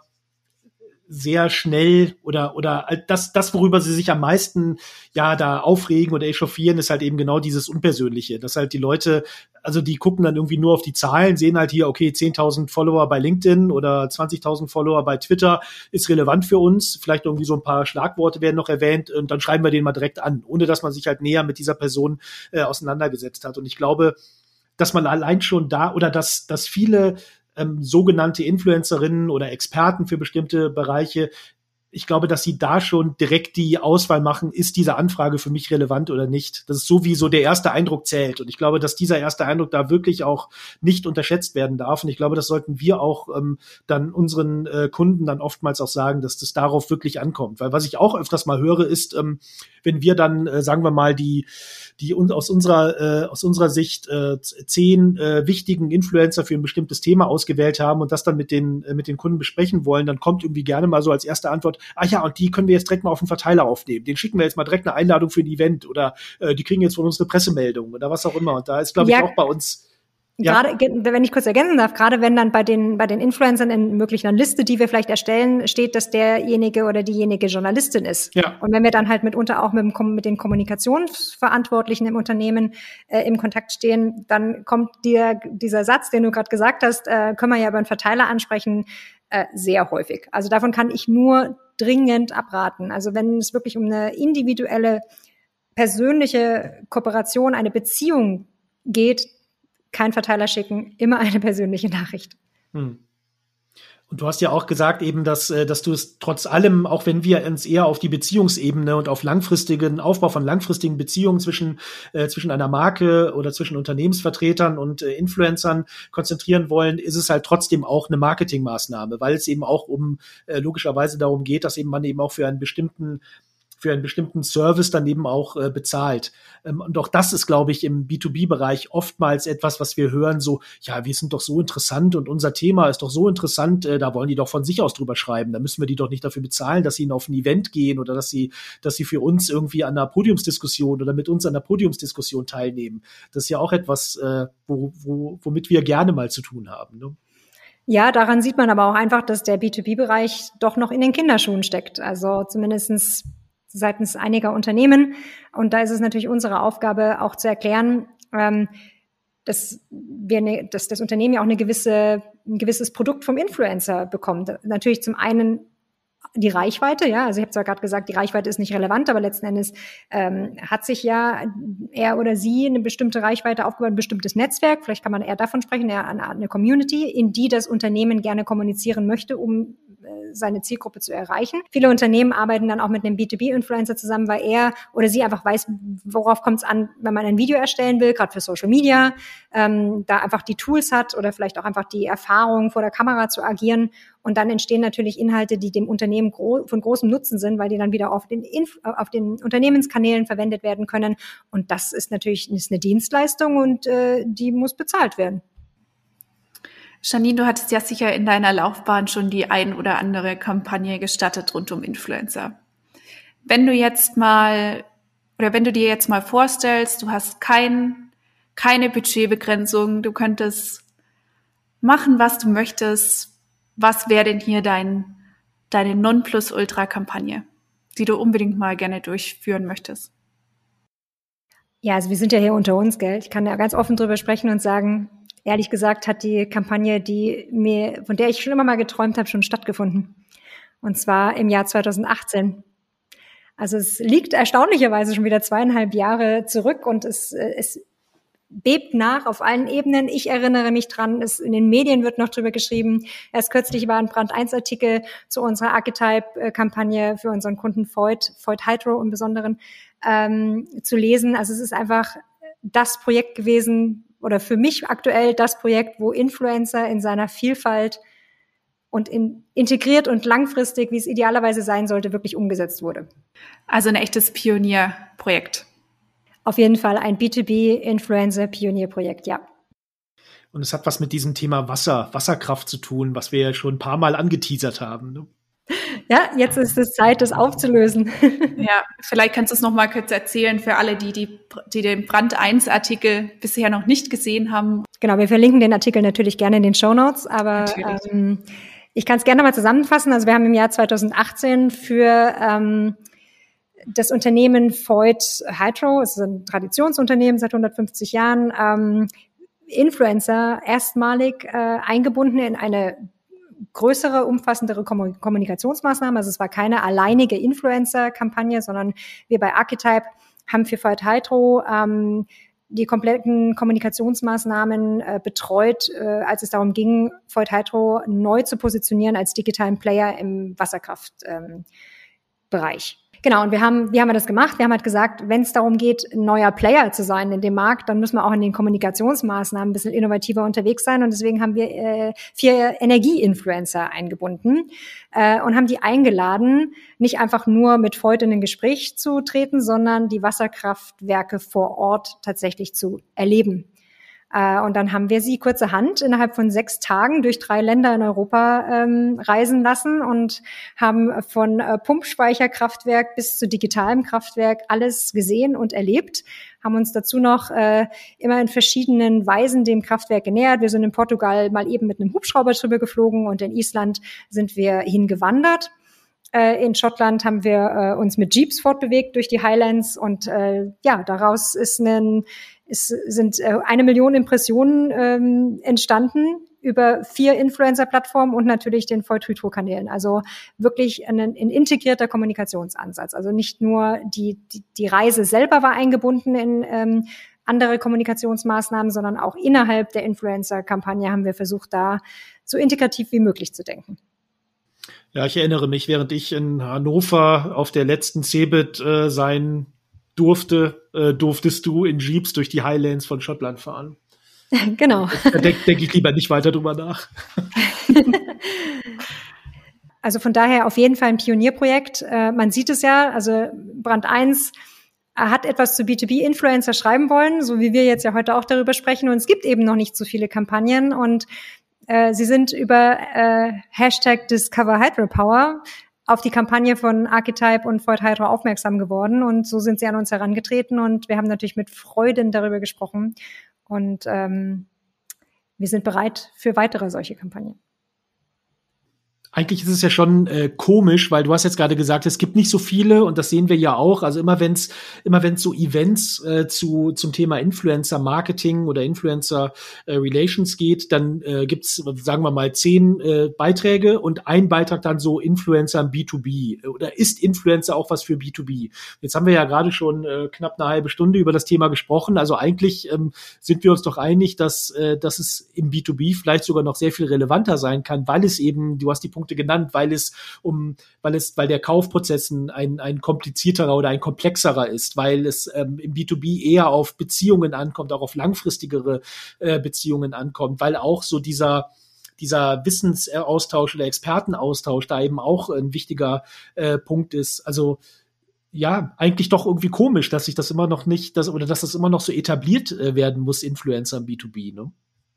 sehr schnell oder oder das das worüber sie sich am meisten ja da aufregen oder echauffieren ist halt eben genau dieses Unpersönliche, dass halt die Leute, also die gucken dann irgendwie nur auf die Zahlen, sehen halt hier, okay, zehntausend Follower bei LinkedIn oder zwanzigtausend Follower bei Twitter ist relevant für uns, vielleicht irgendwie so ein paar Schlagworte werden noch erwähnt und dann schreiben wir den mal direkt an, ohne dass man sich halt näher mit dieser Person äh, auseinandergesetzt hat. Und ich glaube, dass man allein schon da oder dass dass viele Ähm, sogenannte Influencerinnen oder Experten für bestimmte Bereiche, ich glaube, dass sie da schon direkt die Auswahl machen, ist diese Anfrage für mich relevant oder nicht. Das ist so, wie so der erste Eindruck zählt. Und ich glaube, dass dieser erste Eindruck da wirklich auch nicht unterschätzt werden darf. Und ich glaube, das sollten wir auch ähm, dann unseren äh, Kunden dann oftmals auch sagen, dass das darauf wirklich ankommt. Weil was ich auch öfters mal höre, ist, ähm, wenn wir dann, äh, sagen wir mal, die die uns aus unserer äh, aus unserer Sicht äh, zehn äh, wichtigen Influencer für ein bestimmtes Thema ausgewählt haben und das dann mit den äh, mit den Kunden besprechen wollen, dann kommt irgendwie gerne mal so als erste Antwort, ach ja, und die können wir jetzt direkt mal auf den Verteiler aufnehmen. Den schicken wir jetzt mal direkt eine Einladung für ein Event oder äh, die kriegen jetzt von uns eine Pressemeldung oder was auch immer. Und da ist, glaube ich, ja. auch bei uns Ja. Gerade, wenn ich kurz ergänzen darf, gerade wenn dann bei den, bei den Influencern in möglicher Liste, die wir vielleicht erstellen, steht, dass derjenige oder diejenige Journalistin ist. Ja. Und wenn wir dann halt mitunter auch mit, dem, mit den Kommunikationsverantwortlichen im Unternehmen äh, im Kontakt stehen, dann kommt dir dieser Satz, den du gerade gesagt hast, äh, können wir ja über einen Verteiler ansprechen, äh, sehr häufig. Also davon kann ich nur dringend abraten. Also wenn es wirklich um eine individuelle, persönliche Kooperation, eine Beziehung geht, kein Verteiler schicken, immer eine persönliche Nachricht. Hm. Und du hast ja auch gesagt eben, dass, dass du es trotz allem, auch wenn wir uns eher auf die Beziehungsebene und auf langfristigen Aufbau von langfristigen Beziehungen zwischen, äh, zwischen einer Marke oder zwischen Unternehmensvertretern und äh, Influencern konzentrieren wollen, ist es halt trotzdem auch eine Marketingmaßnahme, weil es eben auch um äh, logischerweise darum geht, dass eben man eben auch für einen bestimmten für einen bestimmten Service dann eben auch äh, bezahlt. Ähm, und auch das ist, glaube ich, im B zwei B-Bereich oftmals etwas, was wir hören, so, ja, wir sind doch so interessant und unser Thema ist doch so interessant, äh, da wollen die doch von sich aus drüber schreiben. Da müssen wir die doch nicht dafür bezahlen, dass sie auf ein Event gehen oder dass sie, dass sie für uns irgendwie an einer Podiumsdiskussion oder mit uns an einer Podiumsdiskussion teilnehmen. Das ist ja auch etwas, äh, wo, wo, womit wir gerne mal zu tun haben, ne? Ja, daran sieht man aber auch einfach, dass der B zwei B-Bereich doch noch in den Kinderschuhen steckt. Also zumindestens seitens einiger Unternehmen. Und da ist es natürlich unsere Aufgabe, auch zu erklären, ähm, dass wir ne, dass das Unternehmen ja auch eine gewisse, ein gewisses Produkt vom Influencer bekommt. Natürlich zum einen die Reichweite, ja, also ich habe zwar gerade gesagt, die Reichweite ist nicht relevant, aber letzten Endes ähm, hat sich ja er oder sie eine bestimmte Reichweite aufgebaut, ein bestimmtes Netzwerk, vielleicht kann man eher davon sprechen, eher eine, eine Community, in die das Unternehmen gerne kommunizieren möchte, um äh, seine Zielgruppe zu erreichen. Viele Unternehmen arbeiten dann auch mit einem B zwei B-Influencer zusammen, weil er oder sie einfach weiß, worauf kommt es an, wenn man ein Video erstellen will, gerade für Social Media, ähm, da einfach die Tools hat oder vielleicht auch einfach die Erfahrung, vor der Kamera zu agieren. Und dann entstehen natürlich Inhalte, die dem Unternehmen gro- von großem Nutzen sind, weil die dann wieder auf den, Inf- auf den Unternehmenskanälen verwendet werden können. Und das ist natürlich ist eine Dienstleistung und äh, die muss bezahlt werden. Janine, du hattest ja sicher in deiner Laufbahn schon die ein oder andere Kampagne gestartet rund um Influencer. Wenn du jetzt mal, oder wenn du dir jetzt mal vorstellst, du hast kein, keine Budgetbegrenzung, du könntest machen, was du möchtest, was wäre denn hier dein, deine Nonplusultra-Kampagne, die du unbedingt mal gerne durchführen möchtest? Ja, also wir sind ja hier unter uns, gell? Ich kann ja ganz offen drüber sprechen und sagen, ehrlich gesagt hat die Kampagne, die mir, von der ich schon immer mal geträumt habe, schon stattgefunden. Und zwar im Jahr zweitausendachtzehn. Also es liegt erstaunlicherweise schon wieder zweieinhalb Jahre zurück und es, es bebt nach auf allen Ebenen. Ich erinnere mich dran, es in den Medien wird noch drüber geschrieben. Erst kürzlich war ein Brand eins Artikel zu unserer Archetype-Kampagne für unseren Kunden Voith, Voith Hydro im Besonderen, ähm, zu lesen. Also es ist einfach das Projekt gewesen oder für mich aktuell das Projekt, wo Influencer in seiner Vielfalt und in, integriert und langfristig, wie es idealerweise sein sollte, wirklich umgesetzt wurde. Also ein echtes Pionierprojekt. Auf jeden Fall ein B zwei B-Influencer-Pionierprojekt, ja. Und es hat was mit diesem Thema Wasser, Wasserkraft zu tun, was wir ja schon ein paar Mal angeteasert haben, ne? Ja, jetzt ist es Zeit, das aufzulösen. Ja, vielleicht kannst du es noch mal kurz erzählen für alle, die, die, die den Brand eins Artikel bisher noch nicht gesehen haben. Genau, wir verlinken den Artikel natürlich gerne in den Shownotes, aber ähm, ich kann es gerne mal zusammenfassen. Also wir haben im Jahr zweitausendachtzehn für ähm, das Unternehmen Voith Hydro, es ist ein Traditionsunternehmen seit hundertfünfzig Jahren, ähm, Influencer erstmalig äh, eingebunden in eine größere, umfassendere Kommunikationsmaßnahmen. Also es war keine alleinige Influencer-Kampagne, sondern wir bei Archetype haben für Voith Hydro ähm, die kompletten Kommunikationsmaßnahmen äh, betreut, äh, als es darum ging, Voith Hydro neu zu positionieren als digitalen Player im Wasserkraftbereich. Ähm, Genau, und wir haben, wie haben wir das gemacht? Wir haben halt gesagt, wenn es darum geht, ein neuer Player zu sein in dem Markt, dann müssen wir auch in den Kommunikationsmaßnahmen ein bisschen innovativer unterwegs sein. Und deswegen haben wir äh, vier Energie-Influencer eingebunden äh, und haben die eingeladen, nicht einfach nur mit Voith in ein Gespräch zu treten, sondern die Wasserkraftwerke vor Ort tatsächlich zu erleben. Äh, und dann haben wir sie kurzerhand innerhalb von sechs Tagen durch drei Länder in Europa ähm, reisen lassen und haben von äh, Pumpspeicherkraftwerk bis zu digitalem Kraftwerk alles gesehen und erlebt, haben uns dazu noch äh, immer in verschiedenen Weisen dem Kraftwerk genähert. Wir sind in Portugal mal eben mit einem Hubschrauber drüber geflogen und in Island sind wir hingewandert. Äh, in Schottland haben wir äh, uns mit Jeeps fortbewegt durch die Highlands und äh, ja, daraus ist ein, ist, sind äh, eine Million Impressionen ähm, entstanden über vier Influencer-Plattformen und natürlich den Volltritro-Kanälen. Also wirklich ein, ein integrierter Kommunikationsansatz. Also nicht nur die, die, die Reise selber war eingebunden in ähm, andere Kommunikationsmaßnahmen, sondern auch innerhalb der Influencer-Kampagne haben wir versucht, da so integrativ wie möglich zu denken. Ja, ich erinnere mich, während ich in Hannover auf der letzten Cebit äh, sein durfte, äh, durftest du in Jeeps durch die Highlands von Schottland fahren. Genau. Da denke denk ich lieber nicht weiter drüber nach. Also von daher auf jeden Fall ein Pionierprojekt. Äh, man sieht es ja, also Brand eins hat etwas zu B zwei B-Influencer schreiben wollen, so wie wir jetzt ja heute auch darüber sprechen. Und es gibt eben noch nicht so viele Kampagnen. Und äh, sie sind über äh, Hashtag Discover Hydropower auf die Kampagne von Archetype und Voith Hydro aufmerksam geworden. Und so sind sie an uns herangetreten. Und wir haben natürlich mit Freuden darüber gesprochen. Und ähm, wir sind bereit für weitere solche Kampagnen. Eigentlich ist es ja schon äh, komisch, weil du hast jetzt gerade gesagt, es gibt nicht so viele und das sehen wir ja auch. Also immer wenn es immer wenn es so Events äh, zu zum Thema Influencer Marketing oder Influencer äh, Relations geht, dann äh, gibt's, sagen wir mal, zehn äh, Beiträge und ein Beitrag dann so Influencer im B zwei B oder ist Influencer auch was für B zwei B? Jetzt haben wir ja gerade schon äh, knapp eine halbe Stunde über das Thema gesprochen. Also eigentlich ähm, sind wir uns doch einig, dass äh, dass es im B zwei B vielleicht sogar noch sehr viel relevanter sein kann, weil es eben, du hast die Punkte genannt, weil es um, weil es, weil der Kaufprozess ein, ein komplizierterer oder ein komplexerer ist, weil es ähm, im B zwei B eher auf Beziehungen ankommt, auch auf langfristigere äh, Beziehungen ankommt, weil auch so dieser dieser Wissensaustausch oder Expertenaustausch da eben auch ein wichtiger äh, Punkt ist. Also ja, eigentlich doch irgendwie komisch, dass sich das immer noch nicht, dass, oder dass das immer noch so etabliert äh, werden muss, Influencer im B zwei B, ne?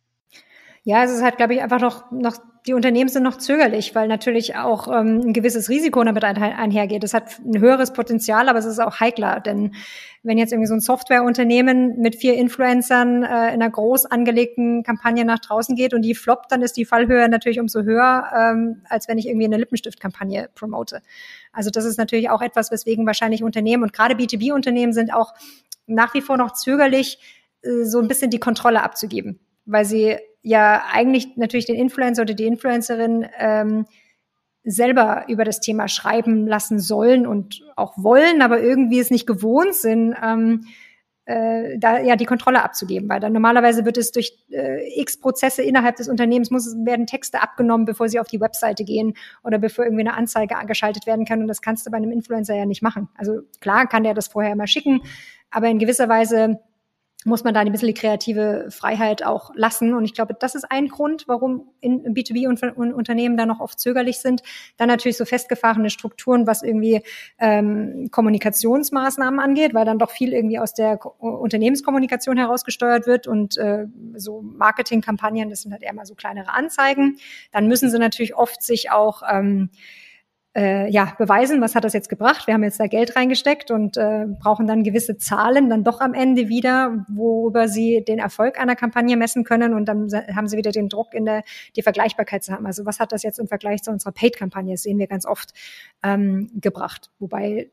Ja, es ist halt, glaube ich, einfach noch, noch, die Unternehmen sind noch zögerlich, weil natürlich auch ähm, ein gewisses Risiko damit ein, einhergeht. Es hat ein höheres Potenzial, aber es ist auch heikler, denn wenn jetzt irgendwie so ein Softwareunternehmen mit vier Influencern äh, in einer groß angelegten Kampagne nach draußen geht und die floppt, dann ist die Fallhöhe natürlich umso höher, ähm, als wenn ich irgendwie eine Lippenstiftkampagne promote. Also das ist natürlich auch etwas, weswegen wahrscheinlich Unternehmen und gerade B zwei B-Unternehmen sind auch nach wie vor noch zögerlich, äh, so ein bisschen die Kontrolle abzugeben, weil sie ja eigentlich natürlich den Influencer oder die Influencerin ähm, selber über das Thema schreiben lassen sollen und auch wollen, aber irgendwie es nicht gewohnt sind, ähm, äh, da ja die Kontrolle abzugeben, weil dann normalerweise wird es durch äh, x Prozesse innerhalb des Unternehmens muss werden Texte abgenommen, bevor sie auf die Webseite gehen oder bevor irgendwie eine Anzeige angeschaltet werden kann und das kannst du bei einem Influencer ja nicht machen. Also klar kann der das vorher immer schicken, aber in gewisser Weise muss man da ein bisschen die kreative Freiheit auch lassen. Und ich glaube, das ist ein Grund, warum in B zwei B-Unternehmen da noch oft zögerlich sind. Dann natürlich so festgefahrene Strukturen, was irgendwie ähm, Kommunikationsmaßnahmen angeht, weil dann doch viel irgendwie aus der Ko- Unternehmenskommunikation herausgesteuert wird und äh, so Marketingkampagnen, das sind halt eher mal so kleinere Anzeigen. Dann müssen sie natürlich oft sich auch ähm, Äh, ja, beweisen, was hat das jetzt gebracht. Wir haben jetzt da Geld reingesteckt und äh, brauchen dann gewisse Zahlen dann doch am Ende wieder, worüber sie den Erfolg einer Kampagne messen können und dann haben sie wieder den Druck in der, die Vergleichbarkeit zu haben. Also was hat das jetzt im Vergleich zu unserer Paid-Kampagne, das sehen wir ganz oft, ähm, gebracht. Wobei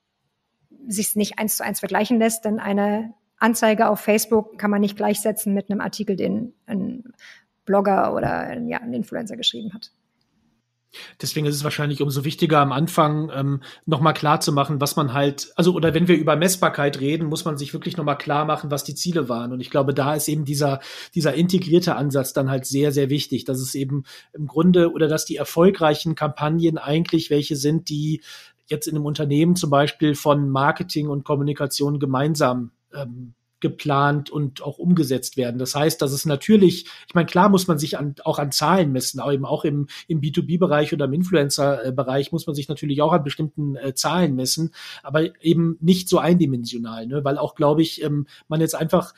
sich es nicht eins zu eins vergleichen lässt, denn eine Anzeige auf Facebook kann man nicht gleichsetzen mit einem Artikel, den ein Blogger oder ja, ein Influencer geschrieben hat. Deswegen ist es wahrscheinlich umso wichtiger am Anfang ähm, nochmal klar zu machen, was man halt, also oder wenn wir über Messbarkeit reden, muss man sich wirklich nochmal klar machen, was die Ziele waren. Und ich glaube, da ist eben dieser dieser integrierte Ansatz dann halt sehr, sehr wichtig, dass es eben im Grunde oder dass die erfolgreichen Kampagnen eigentlich welche sind, die jetzt in einem Unternehmen zum Beispiel von Marketing und Kommunikation gemeinsam ähm, geplant und auch umgesetzt werden. Das heißt, dass es natürlich, ich meine, klar muss man sich an, auch an Zahlen messen, aber eben auch im, im B zwei B-Bereich oder im Influencer-Bereich muss man sich natürlich auch an bestimmten äh, Zahlen messen, aber eben nicht so eindimensional, ne? Weil auch, glaube ich, ähm, man jetzt einfach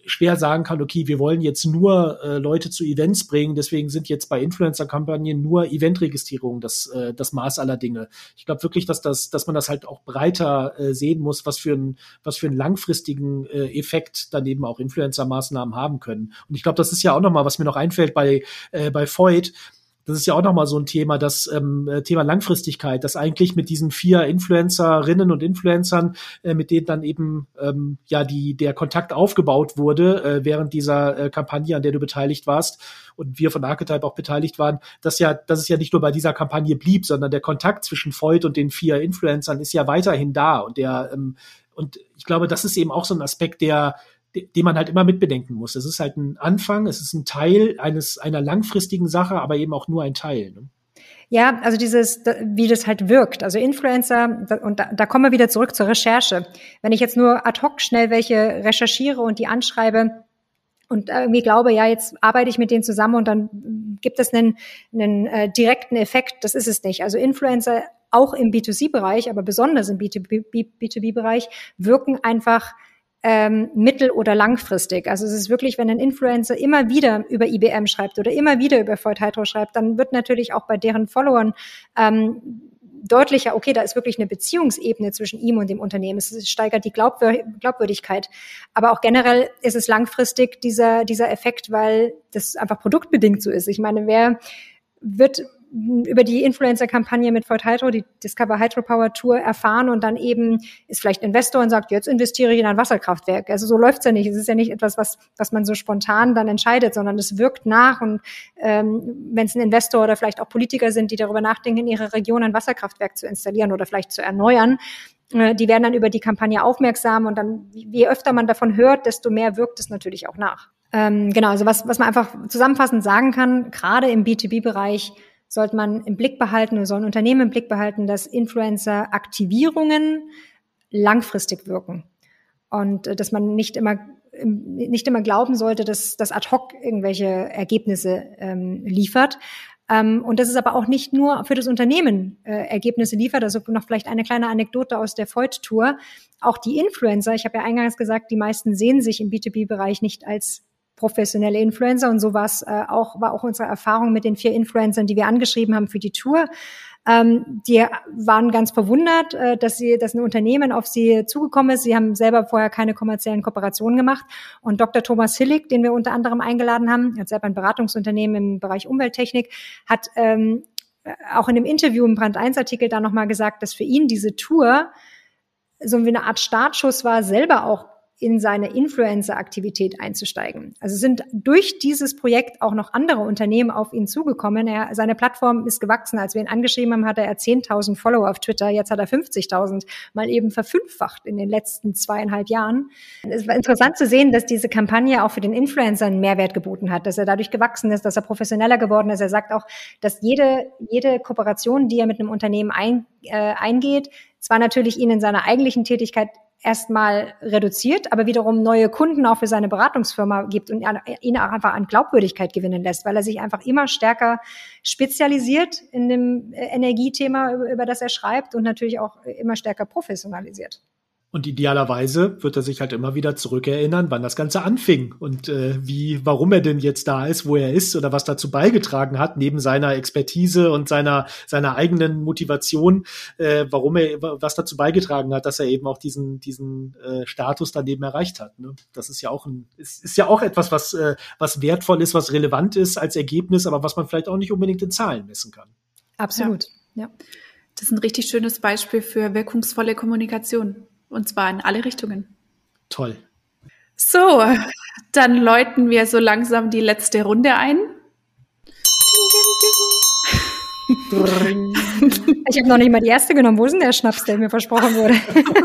schwer sagen kann, okay, wir wollen jetzt nur äh, Leute zu Events bringen, deswegen sind jetzt bei Influencer-Kampagnen nur Eventregistrierungen das, äh, das Maß aller Dinge. Ich glaube wirklich, dass das, dass man das halt auch breiter äh, sehen muss, was für ein, was für einen langfristigen äh, Effekt daneben auch Influencer-Maßnahmen haben können. Und ich glaube, das ist ja auch nochmal, was mir noch einfällt bei, äh, bei Voith. Das ist ja auch nochmal so ein Thema, das ähm, Thema Langfristigkeit, dass eigentlich mit diesen vier Influencerinnen und Influencern, äh, mit denen dann eben ähm, ja die der Kontakt aufgebaut wurde äh, während dieser äh, Kampagne, an der du beteiligt warst und wir von Archetype auch beteiligt waren, dass ja, dass es ja nicht nur bei dieser Kampagne blieb, sondern der Kontakt zwischen Voith und den vier Influencern ist ja weiterhin da und der ähm, und ich glaube, das ist eben auch so ein Aspekt, der den man halt immer mitbedenken muss. Es ist halt ein Anfang, es ist ein Teil eines einer langfristigen Sache, aber eben auch nur ein Teil. Ne? Ja, also dieses, wie das halt wirkt. Also Influencer, und da, da kommen wir wieder zurück zur Recherche. Wenn ich jetzt nur ad hoc schnell welche recherchiere und die anschreibe und irgendwie glaube, ja, jetzt arbeite ich mit denen zusammen und dann gibt es einen, einen äh, direkten Effekt, das ist es nicht. Also Influencer auch im B zwei C-Bereich, aber besonders im B zwei B-Bereich wirken einfach Ähm, mittel- oder langfristig. Also es ist wirklich, wenn ein Influencer immer wieder über I B M schreibt oder immer wieder über Voith Hydro schreibt, dann wird natürlich auch bei deren Followern ähm, deutlicher, okay, da ist wirklich eine Beziehungsebene zwischen ihm und dem Unternehmen. Es steigert die Glaubwür- Glaubwürdigkeit. Aber auch generell ist es langfristig dieser, dieser Effekt, weil das einfach produktbedingt so ist. Ich meine, wer wird über die Influencer-Kampagne mit Voith Hydro, die Discover Hydropower Tour erfahren und dann eben ist vielleicht Investor und sagt, jetzt investiere ich in ein Wasserkraftwerk. Also so läuft's ja nicht. Es ist ja nicht etwas, was was man so spontan dann entscheidet, sondern es wirkt nach und ähm, wenn es ein Investor oder vielleicht auch Politiker sind, die darüber nachdenken, in ihrer Region ein Wasserkraftwerk zu installieren oder vielleicht zu erneuern, äh, die werden dann über die Kampagne aufmerksam und dann, je öfter man davon hört, desto mehr wirkt es natürlich auch nach. Ähm, genau, also was was man einfach zusammenfassend sagen kann, gerade im B zwei B-Bereich sollte man im Blick behalten oder sollen Unternehmen im Blick behalten, dass Influencer-Aktivierungen langfristig wirken und dass man nicht immer nicht immer glauben sollte, dass das ad hoc irgendwelche Ergebnisse ähm, liefert. Ähm, und dass es aber auch nicht nur für das Unternehmen äh, Ergebnisse liefert. Also noch vielleicht eine kleine Anekdote aus der Voith-Tour. Auch die Influencer, ich habe ja eingangs gesagt, die meisten sehen sich im B zwei B-Bereich nicht als professionelle Influencer und so war es äh, auch war auch unsere Erfahrung mit den vier Influencern, die wir angeschrieben haben für die Tour. Ähm, die waren ganz verwundert, äh, dass sie, dass ein Unternehmen auf sie zugekommen ist. Sie haben selber vorher keine kommerziellen Kooperationen gemacht und Doktor Thomas Hillig, den wir unter anderem eingeladen haben, hat selber ein Beratungsunternehmen im Bereich Umwelttechnik, hat ähm, auch in einem Interview im Brand eins Artikel da nochmal gesagt, dass für ihn diese Tour so wie eine Art Startschuss war, selber auch in seine Influencer-Aktivität einzusteigen. Also sind durch dieses Projekt auch noch andere Unternehmen auf ihn zugekommen. Er, seine Plattform ist gewachsen. Als wir ihn angeschrieben haben, hatte er zehntausend Follower auf Twitter. Jetzt hat er fünfzigtausend, mal eben verfünffacht in den letzten zweieinhalb Jahren. Es war interessant zu sehen, dass diese Kampagne auch für den Influencer einen Mehrwert geboten hat, dass er dadurch gewachsen ist, dass er professioneller geworden ist. Er sagt auch, dass jede, jede Kooperation, die er mit einem Unternehmen ein, äh, eingeht, zwar natürlich ihn in seiner eigentlichen Tätigkeit erstmal reduziert, aber wiederum neue Kunden auch für seine Beratungsfirma gibt und ihn auch einfach an Glaubwürdigkeit gewinnen lässt, weil er sich einfach immer stärker spezialisiert in dem Energiethema, über das er schreibt und natürlich auch immer stärker professionalisiert. Und idealerweise wird er sich halt immer wieder zurückerinnern, wann das Ganze anfing und äh, wie, warum er denn jetzt da ist, wo er ist oder was dazu beigetragen hat, neben seiner Expertise und seiner seiner eigenen Motivation, äh, warum er was dazu beigetragen hat, dass er eben auch diesen diesen äh, Status daneben erreicht hat. Ne? Das ist ja auch ein ist, ist ja auch etwas, was äh, was wertvoll ist, was relevant ist als Ergebnis, aber was man vielleicht auch nicht unbedingt in Zahlen messen kann. Absolut. Ja. Ja. Das ist ein richtig schönes Beispiel für wirkungsvolle Kommunikation. Und zwar in alle Richtungen. Toll. So, dann läuten wir so langsam die letzte Runde ein. Ich habe noch nicht mal die erste genommen. Wo ist denn der Schnaps, der mir versprochen wurde?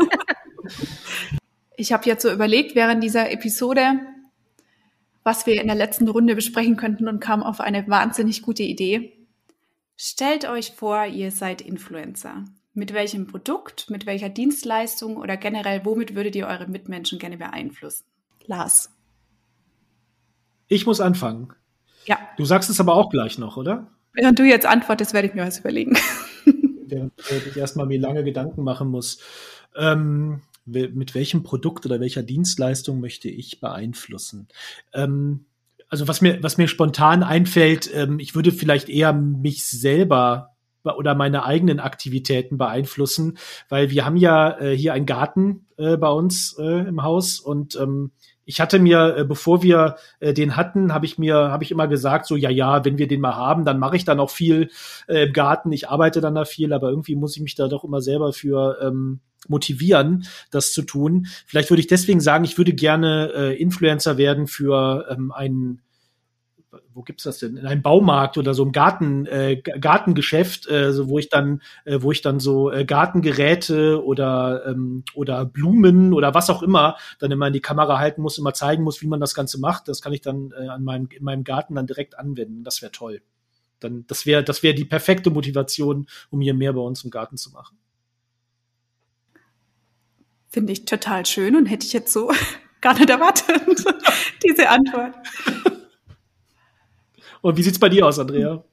Ich habe jetzt so überlegt, während dieser Episode, was wir in der letzten Runde besprechen könnten und kam auf eine wahnsinnig gute Idee. Stellt euch vor, ihr seid Influencer. Mit welchem Produkt, mit welcher Dienstleistung oder generell, womit würdet ihr eure Mitmenschen gerne beeinflussen? Lars. Ich muss anfangen. Ja. Du sagst es aber auch gleich noch, oder? Während du jetzt antwortest, werde ich mir was überlegen. Während ich erstmal mir lange Gedanken machen muss. Ähm, mit welchem Produkt oder welcher Dienstleistung möchte ich beeinflussen? Ähm, also was mir, was mir spontan einfällt, ähm, ich würde vielleicht eher mich selber oder meine eigenen Aktivitäten beeinflussen, weil wir haben ja äh, hier einen Garten äh, bei uns äh, im Haus und ähm, ich hatte mir, äh, bevor wir äh, den hatten, habe ich mir, habe ich immer gesagt, so ja, ja, wenn wir den mal haben, dann mache ich dann auch viel äh, im Garten. Ich arbeite dann da viel, aber irgendwie muss ich mich da doch immer selber für ähm, motivieren, das zu tun. Vielleicht würde ich deswegen sagen, ich würde gerne äh, Influencer werden für ähm, einen wo gibt's das denn? In einem Baumarkt oder so im Garten, äh, Gartengeschäft, äh, so wo ich dann, äh, wo ich dann so äh, Gartengeräte oder ähm, oder Blumen oder was auch immer dann immer in die Kamera halten muss, immer zeigen muss, wie man das Ganze macht. Das kann ich dann äh, an meinem in meinem Garten dann direkt anwenden. Das wäre toll. Dann das wäre das wäre die perfekte Motivation, um hier mehr bei uns im Garten zu machen. Finde ich total schön und hätte ich jetzt so gar nicht erwartet, diese Antwort. Und wie sieht's bei dir aus, Andrea?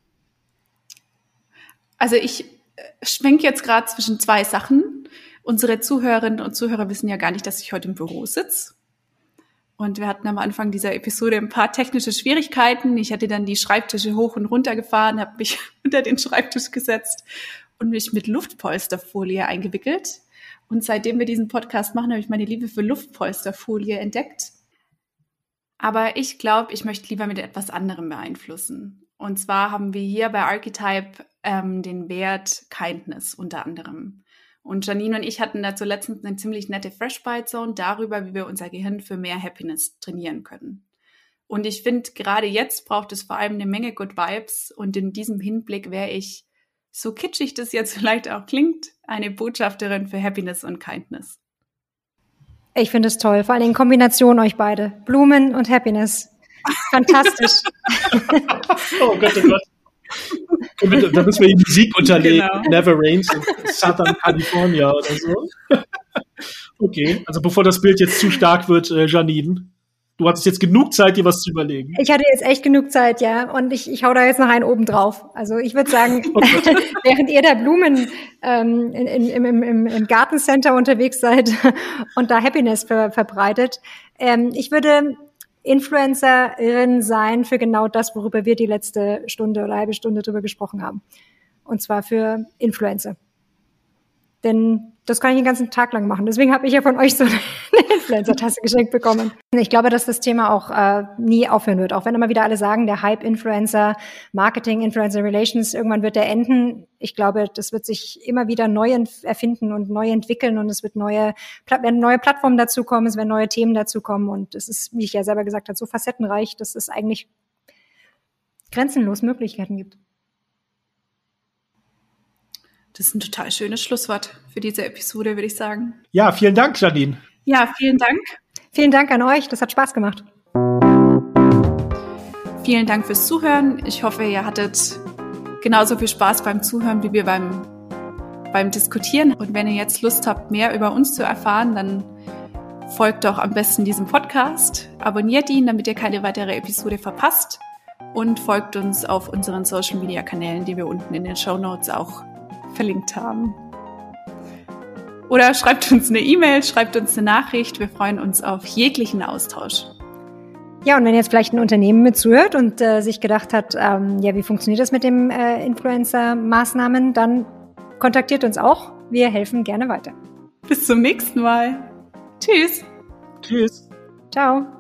Also ich schwenke jetzt gerade zwischen zwei Sachen. Unsere Zuhörerinnen und Zuhörer wissen ja gar nicht, dass ich heute im Büro sitze. Und wir hatten am Anfang dieser Episode ein paar technische Schwierigkeiten. Ich hatte dann die Schreibtische hoch und runter gefahren, habe mich unter den Schreibtisch gesetzt und mich mit Luftpolsterfolie eingewickelt. Und seitdem wir diesen Podcast machen, habe ich meine Liebe für Luftpolsterfolie entdeckt. Aber ich glaube, ich möchte lieber mit etwas anderem beeinflussen. Und zwar haben wir hier bei Archetype ähm, den Wert Kindness unter anderem. Und Janine und ich hatten dazu letztens eine ziemlich nette Fresh Bite Zone darüber, wie wir unser Gehirn für mehr Happiness trainieren können. Und ich finde, gerade jetzt braucht es vor allem eine Menge Good Vibes. Und in diesem Hinblick wäre ich, so kitschig das jetzt vielleicht auch klingt, eine Botschafterin für Happiness und Kindness. Ich finde es toll, vor allem in Kombination euch beide. Blumen und Happiness. Fantastisch. Oh Gott, oh Gott. Da müssen wir die Musik unterlegen. Genau. Never Rains in Southern California oder so. Okay, also bevor das Bild jetzt zu stark wird, äh, Janine, du hattest jetzt genug Zeit, dir was zu überlegen. Ich hatte jetzt echt genug Zeit, ja. Und ich, ich hau da jetzt noch einen oben drauf. Also ich würde sagen, oh während ihr da Blumen ähm, in, in, im, im, im Gartencenter unterwegs seid und da Happiness ver, verbreitet, ähm, ich würde Influencerin sein für genau das, worüber wir die letzte Stunde oder halbe Stunde drüber gesprochen haben. Und zwar für Influencer. Denn das kann ich den ganzen Tag lang machen. Deswegen habe ich ja von euch so eine Influencer-Tasse geschenkt bekommen. Ich glaube, dass das Thema auch äh, nie aufhören wird. Auch wenn immer wieder alle sagen, der Hype Influencer, Marketing, Influencer Relations, irgendwann wird der enden. Ich glaube, das wird sich immer wieder neu erfinden und neu entwickeln und es wird neue, werden neue Plattformen dazukommen, es werden neue Themen dazukommen und es ist, wie ich ja selber gesagt habe, so facettenreich, dass es eigentlich grenzenlos Möglichkeiten gibt. Das ist ein total schönes Schlusswort für diese Episode, würde ich sagen. Ja, vielen Dank, Janine. Ja, vielen Dank. Vielen Dank an euch, das hat Spaß gemacht. Vielen Dank fürs Zuhören. Ich hoffe, ihr hattet genauso viel Spaß beim Zuhören wie wir beim, beim Diskutieren. Und wenn ihr jetzt Lust habt, mehr über uns zu erfahren, dann folgt doch am besten diesem Podcast. Abonniert ihn, damit ihr keine weitere Episode verpasst. Und folgt uns auf unseren Social-Media-Kanälen, die wir unten in den Shownotes auch verlinkt haben. Oder schreibt uns eine E-Mail, schreibt uns eine Nachricht. Wir freuen uns auf jeglichen Austausch. Ja, und wenn jetzt vielleicht ein Unternehmen mit zuhört und äh, sich gedacht hat, ähm, ja, wie funktioniert das mit dem äh, Influencer-Maßnahmen, dann kontaktiert uns auch. Wir helfen gerne weiter. Bis zum nächsten Mal. Tschüss. Tschüss. Ciao.